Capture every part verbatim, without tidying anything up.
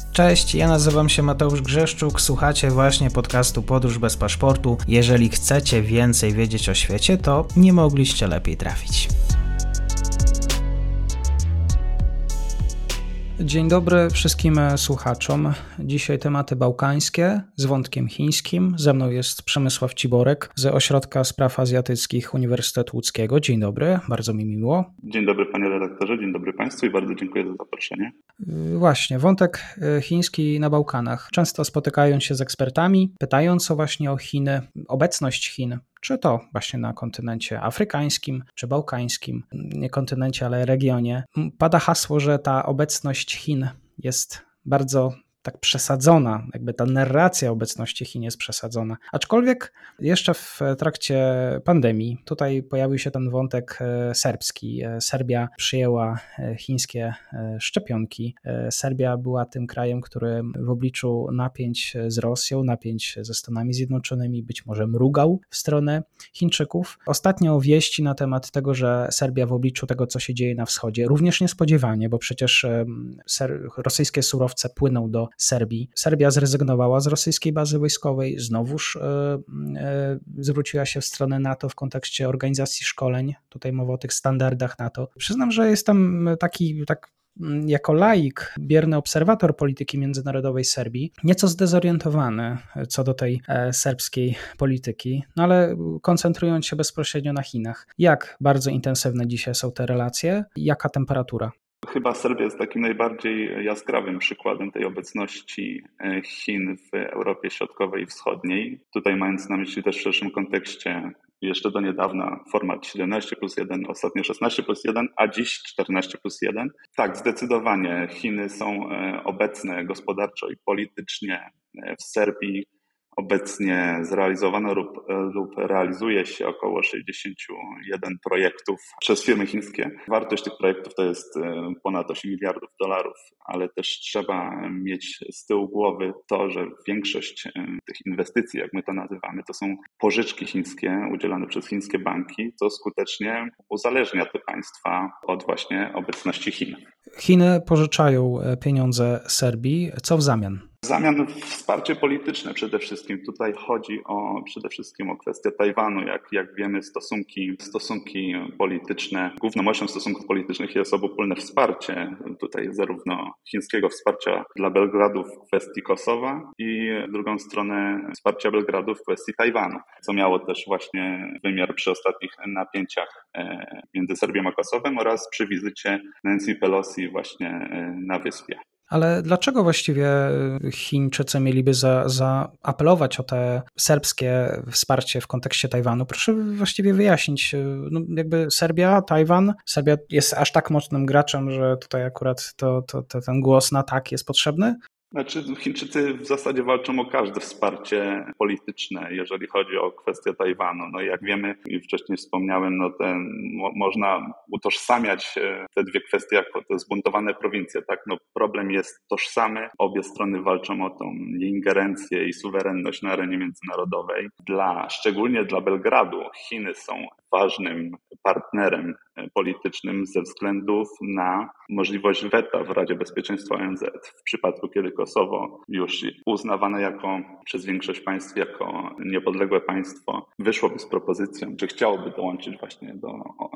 Cześć, ja nazywam się Mateusz Grzeszczuk, słuchacie właśnie podcastu Podróż bez paszportu. Jeżeli chcecie więcej wiedzieć o świecie, to nie mogliście lepiej trafić. Dzień dobry wszystkim słuchaczom. Dzisiaj tematy bałkańskie z wątkiem chińskim. Ze mną jest Przemysław Ciborek z Ośrodka Spraw Azjatyckich Uniwersytetu Łódzkiego. Dzień dobry, bardzo mi miło. Dzień dobry panie redaktorze, dzień dobry państwu i bardzo dziękuję za zaproszenie. Właśnie, wątek chiński na Bałkanach. Często spotykając się z ekspertami, pytając o właśnie o Chiny, obecność Chin, czy to właśnie na kontynencie afrykańskim, czy bałkańskim, nie kontynencie, ale regionie, pada hasło, że ta obecność Chin jest bardzo tak przesadzona, jakby ta narracja obecności Chin jest przesadzona. Aczkolwiek jeszcze w trakcie pandemii tutaj pojawił się ten wątek serbski. Serbia przyjęła chińskie szczepionki. Serbia była tym krajem, który w obliczu napięć z Rosją, napięć ze Stanami Zjednoczonymi być może mrugał w stronę Chińczyków. Ostatnio wieści na temat tego, że Serbia w obliczu tego, co się dzieje na wschodzie, również niespodziewanie, bo przecież rosyjskie surowce płyną do Serbii. Serbia zrezygnowała z rosyjskiej bazy wojskowej, znowuż e, e, zwróciła się w stronę NATO w kontekście organizacji szkoleń. Tutaj mowa o tych standardach NATO. Przyznam, że jestem taki, tak jako laik, bierny obserwator polityki międzynarodowej Serbii, nieco zdezorientowany co do tej e, serbskiej polityki, no ale koncentrując się bezpośrednio na Chinach. Jak bardzo intensywne dzisiaj są te relacje? Jaka temperatura? Chyba Serbia jest takim najbardziej jaskrawym przykładem tej obecności Chin w Europie Środkowej i Wschodniej. Tutaj mając na myśli też w szerszym kontekście jeszcze do niedawna format siedemnaście plus jeden, ostatnio szesnaście plus jeden, a dziś czternaście plus jeden. Tak, zdecydowanie Chiny są obecne gospodarczo i politycznie w Serbii. Obecnie zrealizowano lub, lub realizuje się około sześćdziesiąt jeden projektów przez firmy chińskie. Wartość tych projektów to jest ponad osiem miliardów dolarów, ale też trzeba mieć z tyłu głowy to, że większość tych inwestycji, jak my to nazywamy, to są pożyczki chińskie udzielane przez chińskie banki, co skutecznie uzależnia te państwa od właśnie obecności Chin. Chiny pożyczają pieniądze Serbii. Co w zamian? W zamian wsparcie polityczne przede wszystkim. Tutaj chodzi o przede wszystkim o kwestię Tajwanu. Jak, jak wiemy, stosunki, stosunki polityczne, główną osią stosunków politycznych jest obopólne wsparcie. Tutaj zarówno chińskiego wsparcia dla Belgradu w kwestii Kosowa i z drugą stronę wsparcia Belgradu w kwestii Tajwanu, co miało też właśnie wymiar przy ostatnich napięciach między Serbią a Kosowem oraz przy wizycie Nancy Pelosi właśnie na wyspie. Ale dlaczego właściwie Chińczycy mieliby za, zaapelować o te serbskie wsparcie w kontekście Tajwanu? Proszę właściwie wyjaśnić, no jakby Serbia, Tajwan, Serbia jest aż tak mocnym graczem, że tutaj akurat to, to, to ten głos na tak jest potrzebny? Znaczy, Chińczycy w zasadzie walczą o każde wsparcie polityczne, jeżeli chodzi o kwestię Tajwanu. No jak wiemy i wcześniej wspomniałem, no ten, mo, można utożsamiać te dwie kwestie jako te zbuntowane prowincje. Tak, no problem jest tożsamy. Obie strony walczą o tą ingerencję i suwerenność na arenie międzynarodowej. Dla, szczególnie dla Belgradu Chiny są ważnym partnerem politycznym ze względu na możliwość weta w Radzie Bezpieczeństwa O N Z. W przypadku, kiedy Kosowo już uznawane jako przez większość państw jako niepodległe państwo wyszłoby z propozycją, czy chciałoby dołączyć właśnie do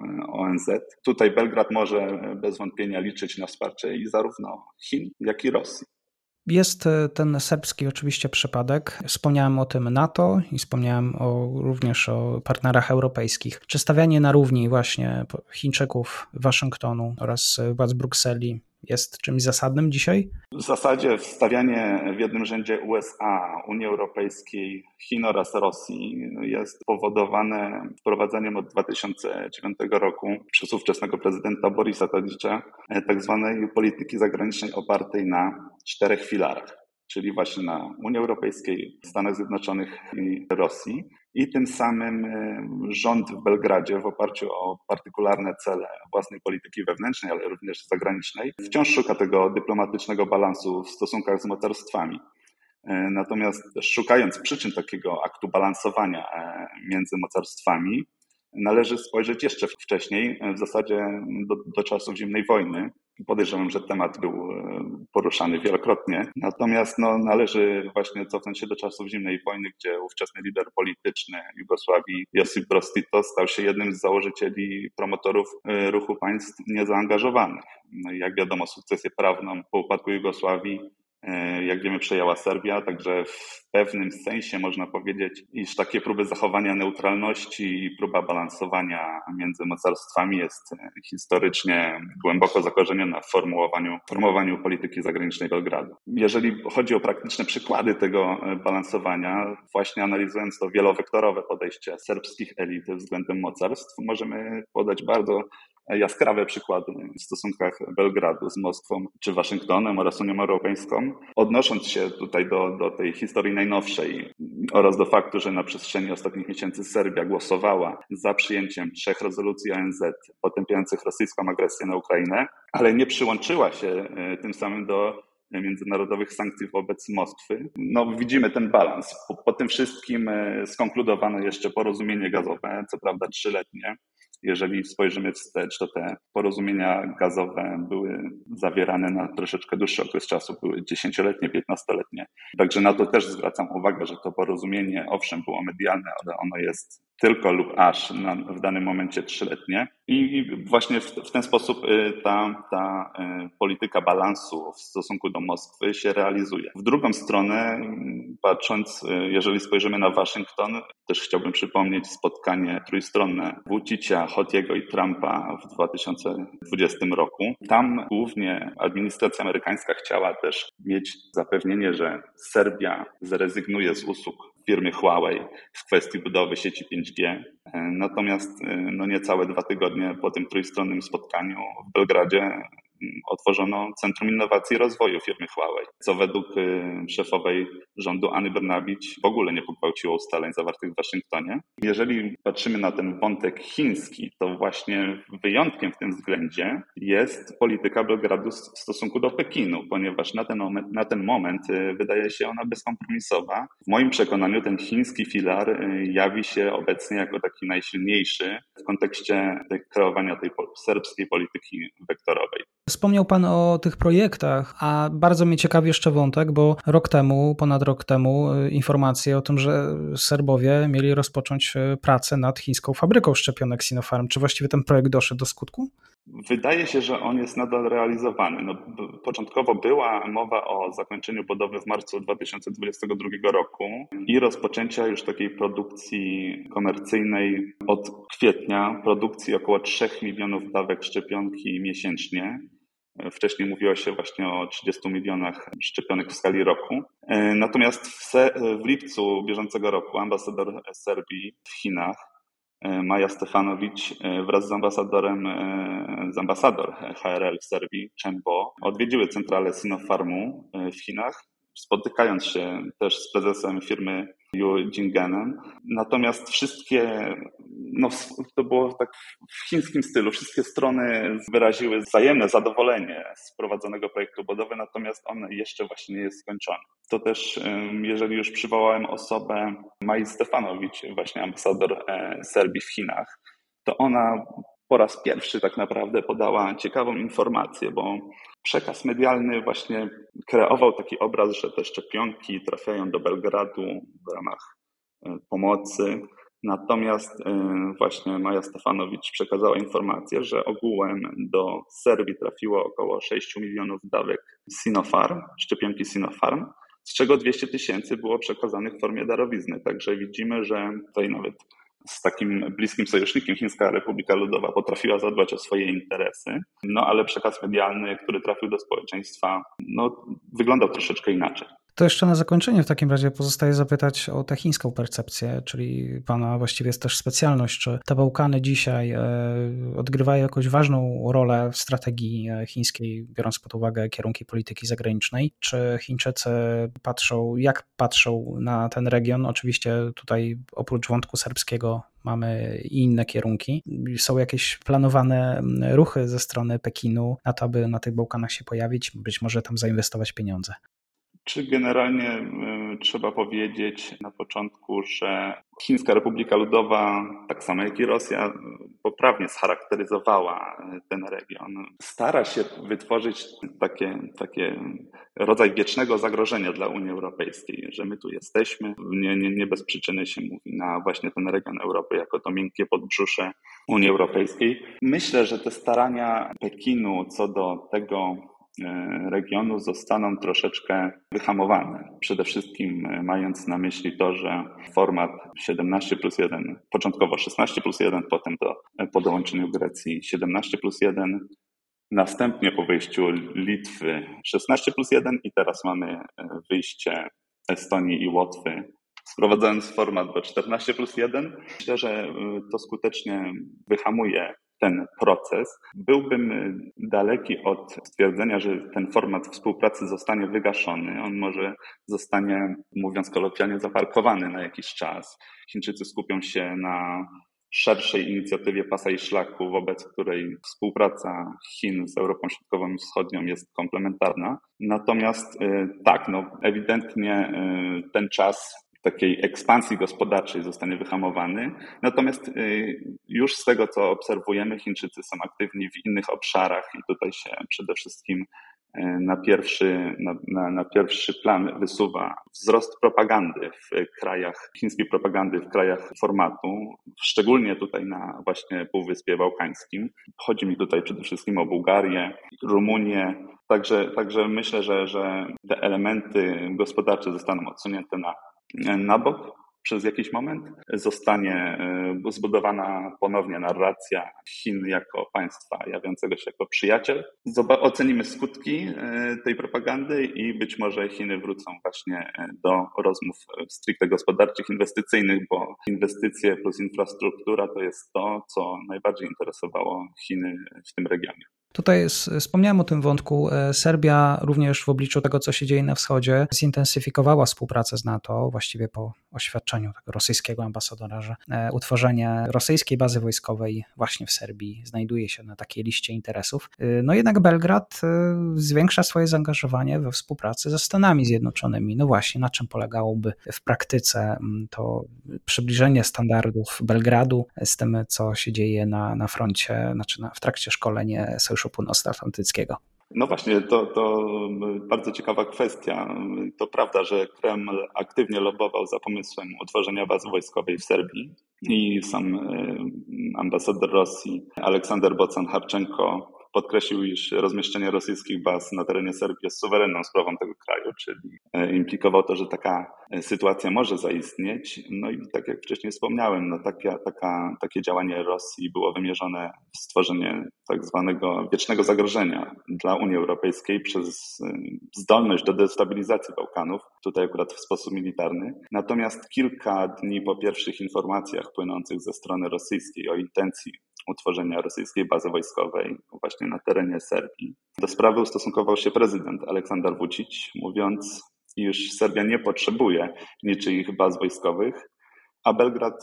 O N Z. Tutaj Belgrad może bez wątpienia liczyć na wsparcie i zarówno Chin, jak i Rosji. Jest ten serbski oczywiście przypadek. Wspomniałem o tym NATO i wspomniałem o, również o partnerach europejskich. Czy stawianie na równi właśnie Chińczyków, Waszyngtonu oraz władz Brukseli jest czymś zasadnym dzisiaj? W zasadzie stawianie w jednym rzędzie U S A, Unii Europejskiej, Chin oraz Rosji jest powodowane wprowadzeniem od dwa tysiące dziewiątego roku przez ówczesnego prezydenta Borisa Tadicza tak zwanej polityki zagranicznej opartej na czterech filarach, czyli właśnie na Unii Europejskiej, Stanach Zjednoczonych i Rosji. I tym samym rząd w Belgradzie w oparciu o partykularne cele własnej polityki wewnętrznej, ale również zagranicznej, wciąż szuka tego dyplomatycznego balansu w stosunkach z mocarstwami. Natomiast szukając przyczyn takiego aktu balansowania między mocarstwami, należy spojrzeć jeszcze wcześniej, w zasadzie do, do czasów zimnej wojny, Podejrzewam, że temat był poruszany wielokrotnie. Natomiast no, należy właśnie cofnąć się do czasów zimnej wojny, gdzie ówczesny lider polityczny Jugosławii Josip Broz Tito stał się jednym z założycieli, promotorów ruchu państw niezaangażowanych. No i jak wiadomo, sukcesję prawną po upadku Jugosławii, jak wiemy, przejęła Serbia, także w pewnym sensie można powiedzieć, iż takie próby zachowania neutralności i próba balansowania między mocarstwami jest historycznie głęboko zakorzeniona w formułowaniu, formowaniu polityki zagranicznej Belgradu. Jeżeli chodzi o praktyczne przykłady tego balansowania, właśnie analizując to wielowektorowe podejście serbskich elit względem mocarstw, możemy podać bardzo jaskrawe przykłady w stosunkach Belgradu z Moskwą czy Waszyngtonem oraz Unią Europejską, odnosząc się tutaj do, do tej historii najnowszej oraz do faktu, że na przestrzeni ostatnich miesięcy Serbia głosowała za przyjęciem trzech rezolucji O N Z potępiających rosyjską agresję na Ukrainę, ale nie przyłączyła się tym samym do międzynarodowych sankcji wobec Moskwy. No, widzimy ten balans. Po, po tym wszystkim skonkludowano jeszcze porozumienie gazowe, co prawda trzyletnie. Jeżeli spojrzymy wstecz, to te porozumienia gazowe były zawierane na troszeczkę dłuższy okres czasu, były dziesięcioletnie, piętnastoletnie. Także na to też zwracam uwagę, że to porozumienie owszem było medialne, ale ono jest tylko lub aż na, w danym momencie trzyletnie. I właśnie w, w ten sposób ta, ta polityka balansu w stosunku do Moskwy się realizuje. W drugą stronę, patrząc, jeżeli spojrzymy na Waszyngton, też chciałbym przypomnieć spotkanie trójstronne Vučića, Hotiego i Trumpa w dwa tysiące dwudziestym roku. Tam głównie administracja amerykańska chciała też mieć zapewnienie, że Serbia zrezygnuje z usług firmy Huawei w kwestii budowy sieci pięć G. Natomiast no niecałe dwa tygodnie po tym trójstronnym spotkaniu w Belgradzie otworzono Centrum Innowacji i Rozwoju firmy Huawei, co według szefowej rządu Anny Brnabić w ogóle nie pogwałciło ustaleń zawartych w Waszyngtonie. Jeżeli patrzymy na ten wątek chiński, to właśnie wyjątkiem w tym względzie jest polityka Belgradu w stosunku do Pekinu, ponieważ na ten moment, na ten moment wydaje się ona bezkompromisowa. W moim przekonaniu ten chiński filar jawi się obecnie jako taki najsilniejszy w kontekście kreowania tej serbskiej polityki wektorowej. Wspomniał Pan o tych projektach, a bardzo mnie ciekawi jeszcze wątek, bo rok temu, ponad rok temu informacje o tym, że Serbowie mieli rozpocząć pracę nad chińską fabryką szczepionek Sinopharm. Czy właściwie ten projekt doszedł do skutku? Wydaje się, że on jest nadal realizowany. No, początkowo była mowa o zakończeniu budowy w marcu dwa tysiące dwudziestego drugiego roku i rozpoczęcia już takiej produkcji komercyjnej od kwietnia, produkcji około trzech milionów dawek szczepionki miesięcznie. Wcześniej mówiło się właśnie o trzydziestu milionach szczepionek w skali roku. Natomiast w, se- w lipcu bieżącego roku ambasador Serbii w Chinach, Maja Stefanowicz, wraz z ambasadorem, z ambasador H R L w Serbii, Chen Bo, odwiedziły centralę Sinopharmu w Chinach, spotykając się też z prezesem firmy Yu Jingenem. Natomiast wszystkie, no to było tak w chińskim stylu, wszystkie strony wyraziły wzajemne zadowolenie z prowadzonego projektu budowy, natomiast on jeszcze właśnie nie jest skończony. To też, jeżeli już przywołałem osobę Mai Stefanowicz, właśnie ambasador Serbii w Chinach, to ona po raz pierwszy tak naprawdę podała ciekawą informację, bo przekaz medialny właśnie kreował taki obraz, że te szczepionki trafiają do Belgradu w ramach pomocy. Natomiast właśnie Maja Stefanowicz przekazała informację, że ogółem do Serbii trafiło około sześć milionów dawek Sinopharm, szczepionki Sinopharm, z czego dwieście tysięcy było przekazanych w formie darowizny. Także widzimy, że tutaj nawet z takim bliskim sojusznikiem Chińska Republika Ludowa potrafiła zadbać o swoje interesy, no ale przekaz medialny, który trafił do społeczeństwa, no wyglądał troszeczkę inaczej. To jeszcze na zakończenie w takim razie pozostaje zapytać o tę chińską percepcję, czyli Pana właściwie jest też specjalność, czy te Bałkany dzisiaj odgrywają jakąś ważną rolę w strategii chińskiej, biorąc pod uwagę kierunki polityki zagranicznej, czy Chińczycy patrzą, jak patrzą na ten region? Oczywiście tutaj oprócz wątku serbskiego mamy i inne kierunki. Są jakieś planowane ruchy ze strony Pekinu na to, aby na tych Bałkanach się pojawić, być może tam zainwestować pieniądze? Czy generalnie trzeba powiedzieć na początku, że Chińska Republika Ludowa, tak samo jak i Rosja, poprawnie scharakteryzowała ten region. Stara się wytworzyć takie, takie rodzaj wiecznego zagrożenia dla Unii Europejskiej, że my tu jesteśmy. Nie, nie, nie bez przyczyny się mówi na właśnie ten region Europy jako to miękkie podbrzusze Unii Europejskiej. Myślę, że te starania Pekinu co do tego regionu zostaną troszeczkę wyhamowane. Przede wszystkim mając na myśli to, że format siedemnaście plus jeden, początkowo szesnaście plus jeden, potem do, po dołączeniu Grecji siedemnaście plus jeden, następnie po wyjściu Litwy szesnaście plus jeden i teraz mamy wyjście Estonii i Łotwy, sprowadzając format do czternaście plus jeden. Myślę, że to skutecznie wyhamuje ten proces. Byłbym daleki od stwierdzenia, że ten format współpracy zostanie wygaszony. On może zostanie, mówiąc kolokwialnie, zaparkowany na jakiś czas. Chińczycy skupią się na szerszej inicjatywie pasa i szlaku, wobec której współpraca Chin z Europą Środkową i Wschodnią jest komplementarna. Natomiast tak, no ewidentnie ten czas takiej ekspansji gospodarczej zostanie wyhamowany. Natomiast już z tego, co obserwujemy, Chińczycy są aktywni w innych obszarach i tutaj się przede wszystkim na pierwszy, na, na, na pierwszy plan wysuwa wzrost propagandy w krajach, chińskiej propagandy w krajach formatu, szczególnie tutaj na właśnie Półwyspie Bałkańskim. Chodzi mi tutaj przede wszystkim o Bułgarię, Rumunię. Także, także myślę, że, że te elementy gospodarcze zostaną odsunięte na na bok przez jakiś moment. Zostanie zbudowana ponownie narracja Chin jako państwa jawiącego się jako przyjaciel. Zob- ocenimy skutki tej propagandy i być może Chiny wrócą właśnie do rozmów stricte gospodarczych, inwestycyjnych, bo inwestycje plus infrastruktura to jest to, co najbardziej interesowało Chiny w tym regionie. Tutaj wspomniałem o tym wątku. Serbia również w obliczu tego, co się dzieje na wschodzie, zintensyfikowała współpracę z NATO, właściwie po oświadczeniu tego rosyjskiego ambasadora, że utworzenie rosyjskiej bazy wojskowej właśnie w Serbii znajduje się na takiej liście interesów. No jednak Belgrad zwiększa swoje zaangażowanie we współpracy ze Stanami Zjednoczonymi. No właśnie, na czym polegałoby w praktyce to przybliżenie standardów Belgradu z tym, co się dzieje na, na froncie, znaczy na, w trakcie szkolenia Sojuszu Północnoatlantyckiego? No właśnie, to, to bardzo ciekawa kwestia. To prawda, że Kreml aktywnie lobbował za pomysłem utworzenia bazy wojskowej w Serbii i sam ambasador Rosji Aleksander Bocan-Harczenko podkreślił, iż rozmieszczenie rosyjskich baz na terenie Serbii jest suwerenną sprawą tego kraju, czyli implikował to, że taka sytuacja może zaistnieć. No i tak jak wcześniej wspomniałem, no taka, taka, takie działanie Rosji było wymierzone w stworzenie tak zwanego wiecznego zagrożenia dla Unii Europejskiej przez zdolność do destabilizacji Bałkanów, tutaj akurat w sposób militarny. Natomiast kilka dni po pierwszych informacjach płynących ze strony rosyjskiej o intencji utworzenia rosyjskiej bazy wojskowej właśnie na terenie Serbii, do sprawy ustosunkował się prezydent Aleksander Vučić, mówiąc, iż Serbia nie potrzebuje niczyich baz wojskowych, a Belgrad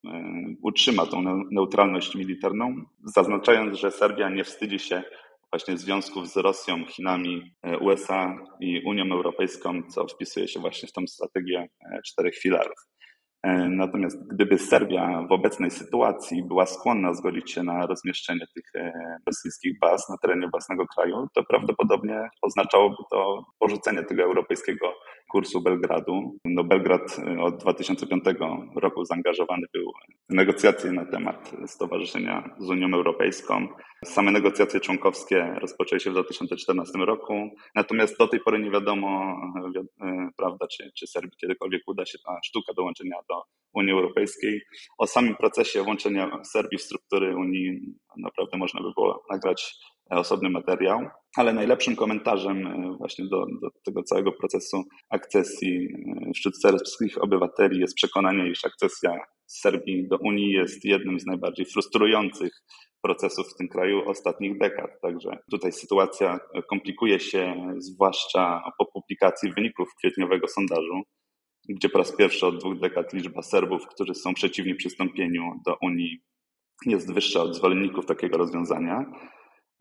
utrzyma tą neutralność militarną, zaznaczając, że Serbia nie wstydzi się właśnie związków z Rosją, Chinami, U S A i Unią Europejską, co wpisuje się właśnie w tą strategię czterech filarów. Natomiast gdyby Serbia w obecnej sytuacji była skłonna zgodzić się na rozmieszczenie tych rosyjskich baz na terenie własnego kraju, to prawdopodobnie oznaczałoby to porzucenie tego europejskiego kursu Belgradu. No Belgrad od dwa tysiące piątego roku zaangażowany był w negocjacje na temat stowarzyszenia z Unią Europejską. Same negocjacje członkowskie rozpoczęły się w dwa tysiące czternastym roku, natomiast do tej pory nie wiadomo, prawda, czy, czy Serbii kiedykolwiek uda się ta sztuka dołączenia do Unii Europejskiej. O samym procesie włączenia Serbii w struktury Unii naprawdę można by było nagrać osobny materiał, ale najlepszym komentarzem właśnie do, do tego całego procesu akcesji wśród serbskich obywateli jest przekonanie, iż akcesja Serbii do Unii jest jednym z najbardziej frustrujących procesów w tym kraju ostatnich dekad. Także tutaj sytuacja komplikuje się, zwłaszcza po publikacji wyników kwietniowego sondażu, gdzie po raz pierwszy od dwóch dekad liczba Serbów, którzy są przeciwni przystąpieniu do Unii, jest wyższa od zwolenników takiego rozwiązania.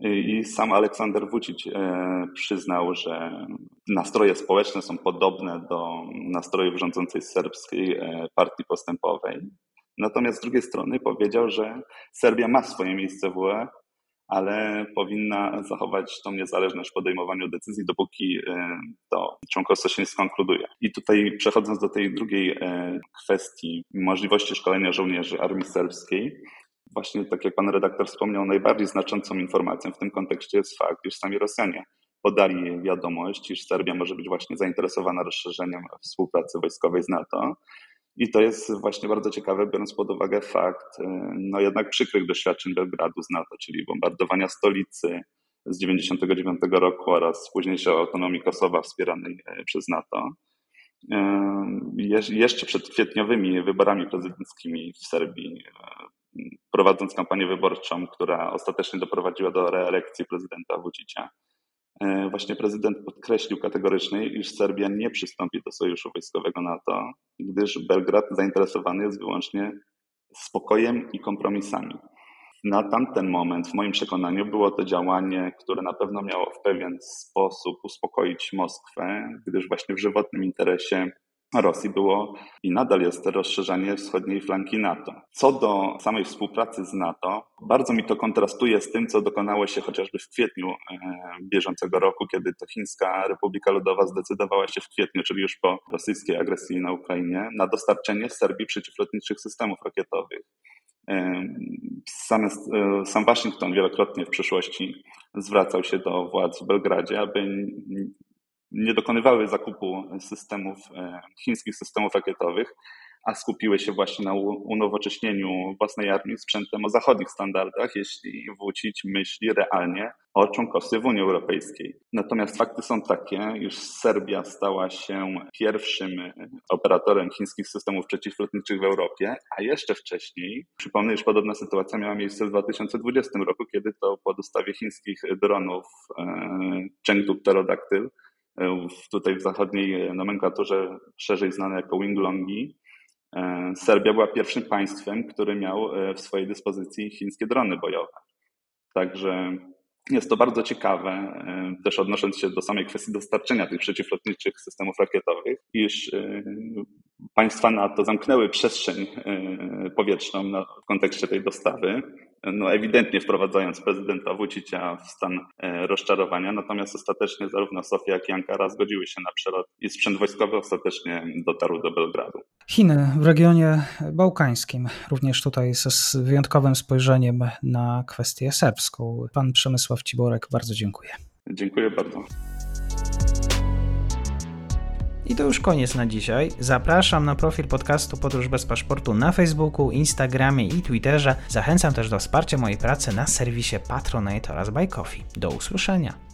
I sam Aleksander Vučić przyznał, że nastroje społeczne są podobne do nastrojów rządzącej serbskiej partii postępowej. Natomiast z drugiej strony powiedział, że Serbia ma swoje miejsce w U E, ale powinna zachować tą niezależność w podejmowaniu decyzji, dopóki to członkostwo się nie skonkluduje. I tutaj przechodząc do tej drugiej kwestii możliwości szkolenia żołnierzy armii serbskiej, właśnie tak jak pan redaktor wspomniał, najbardziej znaczącą informacją w tym kontekście jest fakt, iż sami Rosjanie podali wiadomość, iż Serbia może być właśnie zainteresowana rozszerzeniem współpracy wojskowej z NATO. I to jest właśnie bardzo ciekawe, biorąc pod uwagę fakt, no jednak przykrych doświadczeń Belgradu z NATO, czyli bombardowania stolicy z dziewięćdziesiątego dziewiątego roku oraz późniejszej autonomii Kosowa wspieranej przez NATO. Jeszcze przed kwietniowymi wyborami prezydenckimi w Serbii, prowadząc kampanię wyborczą, która ostatecznie doprowadziła do reelekcji prezydenta Vučića, właśnie prezydent podkreślił kategorycznie, iż Serbia nie przystąpi do sojuszu wojskowego NATO, gdyż Belgrad zainteresowany jest wyłącznie spokojem i kompromisami. Na tamten moment, w moim przekonaniu, było to działanie, które na pewno miało w pewien sposób uspokoić Moskwę, gdyż właśnie w żywotnym interesie Rosji było i nadal jest rozszerzanie wschodniej flanki NATO. Co do samej współpracy z NATO, bardzo mi to kontrastuje z tym, co dokonało się chociażby w kwietniu bieżącego roku, kiedy to Chińska Republika Ludowa zdecydowała się w kwietniu, czyli już po rosyjskiej agresji na Ukrainie, na dostarczenie Serbii przeciwlotniczych systemów rakietowych. Sam, sam Waszyngton wielokrotnie w przyszłości zwracał się do władz w Belgradzie, aby nie dokonywały zakupu systemów, chińskich systemów rakietowych, a skupiły się właśnie na unowocześnieniu własnej armii sprzętem o zachodnich standardach, jeśli Vučić myśli realnie o członkostwie w Unii Europejskiej. Natomiast fakty są takie, iż Serbia stała się pierwszym operatorem chińskich systemów przeciwlotniczych w Europie, a jeszcze wcześniej, przypomnę, iż podobna sytuacja miała miejsce w dwa tysiące dwudziestym roku, kiedy to po dostawie chińskich dronów Chengdu Pterodactyl, tutaj w zachodniej nomenklaturze szerzej znane jako Winglongi, Serbia była pierwszym państwem, który miał w swojej dyspozycji chińskie drony bojowe. Także jest to bardzo ciekawe, też odnosząc się do samej kwestii dostarczenia tych przeciwlotniczych systemów rakietowych, iż państwa NATO zamknęły przestrzeń powietrzną w kontekście tej dostawy, no ewidentnie wprowadzając prezydenta Vučića w stan rozczarowania, natomiast ostatecznie zarówno Sofia, jak i Ankara zgodziły się na przelot i sprzęt wojskowy ostatecznie dotarł do Belgradu. Chiny w regionie bałkańskim, również tutaj z wyjątkowym spojrzeniem na kwestię serbską. Pan Przemysław Ciborek, bardzo dziękuję. Dziękuję bardzo. I to już koniec na dzisiaj. Zapraszam na profil podcastu Podróż bez paszportu na Facebooku, Instagramie i Twitterze. Zachęcam też do wsparcia mojej pracy na serwisie Patronite oraz Buy Coffee. Do usłyszenia.